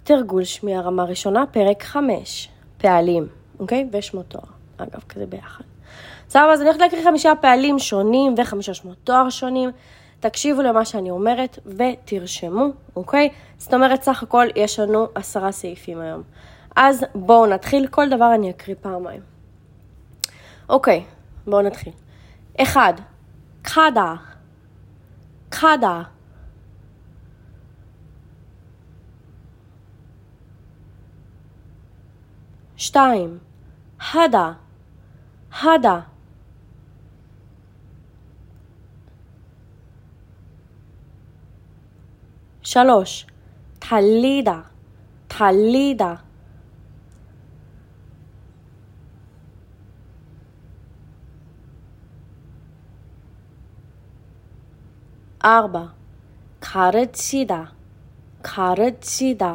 תרגול שמיעה רמה ראשונה, פרק 5, פעלים, אוקיי? ושמות תואר, אגב, כזה ביחד. סבבה, אז אני הולכת להקריא 5 פעלים שונים ו5 שמות תואר שונים. תקשיבו למה שאני אומרת ותרשמו, אוקיי? זאת אומרת, סך הכל יש לנו 10 סעיפים היום. אז בואו נתחיל, כל דבר אני אקריא פעמיים. אוקיי, בואו נתחיל. 1. קדה, קדה. 2. הדה, הדה. 3. תלידה, תלידה. 4. 가르치다, 가르치다.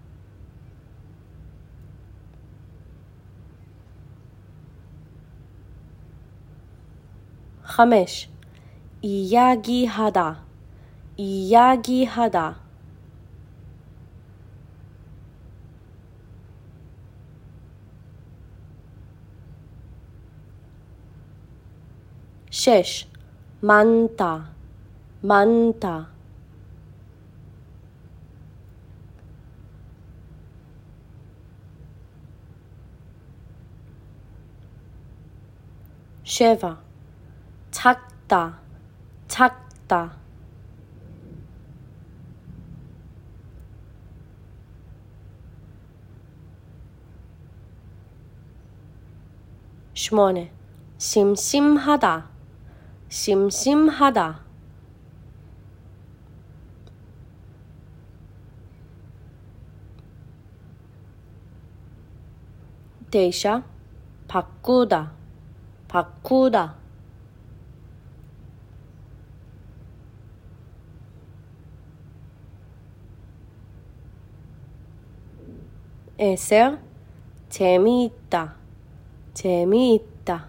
5. 이야기하다, 이야기하다. 6. 많다, 많다. 7. 작다, 작다. 8. 심심하다, 심심하다. 9. 바꾸다, 바꾸다. 10. 재미있다, 재미있다.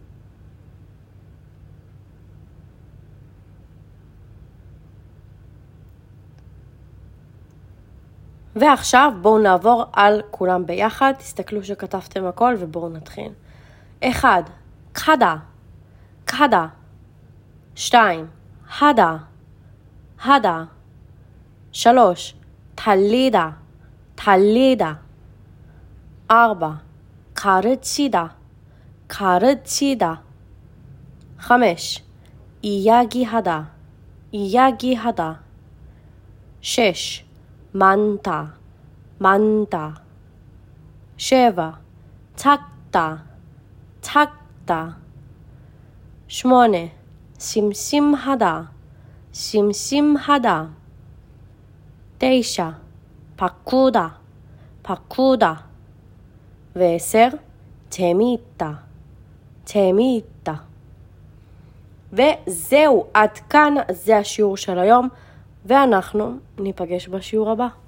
ועכשיו בואו נעבור על כולם ביחד, תסתכלו שכתבתם הכל ובואו נתחיל. 1. קדה, קדה. 2. הדה, הדה. 3. תלידה, תלידה. 4. 가르치다, 가르치다. 5. 이야기하다, 이야기하다. 6. 많다, 많다. 7. 작다, 작다. 8. 심심하다, 심심하다. 9. 바꾸다, 바꾸다. 10. 재미있다, 재미있다. וזהו, עד כאן זה השיעור של היום, ואנחנו ניפגש בשיעור הבא.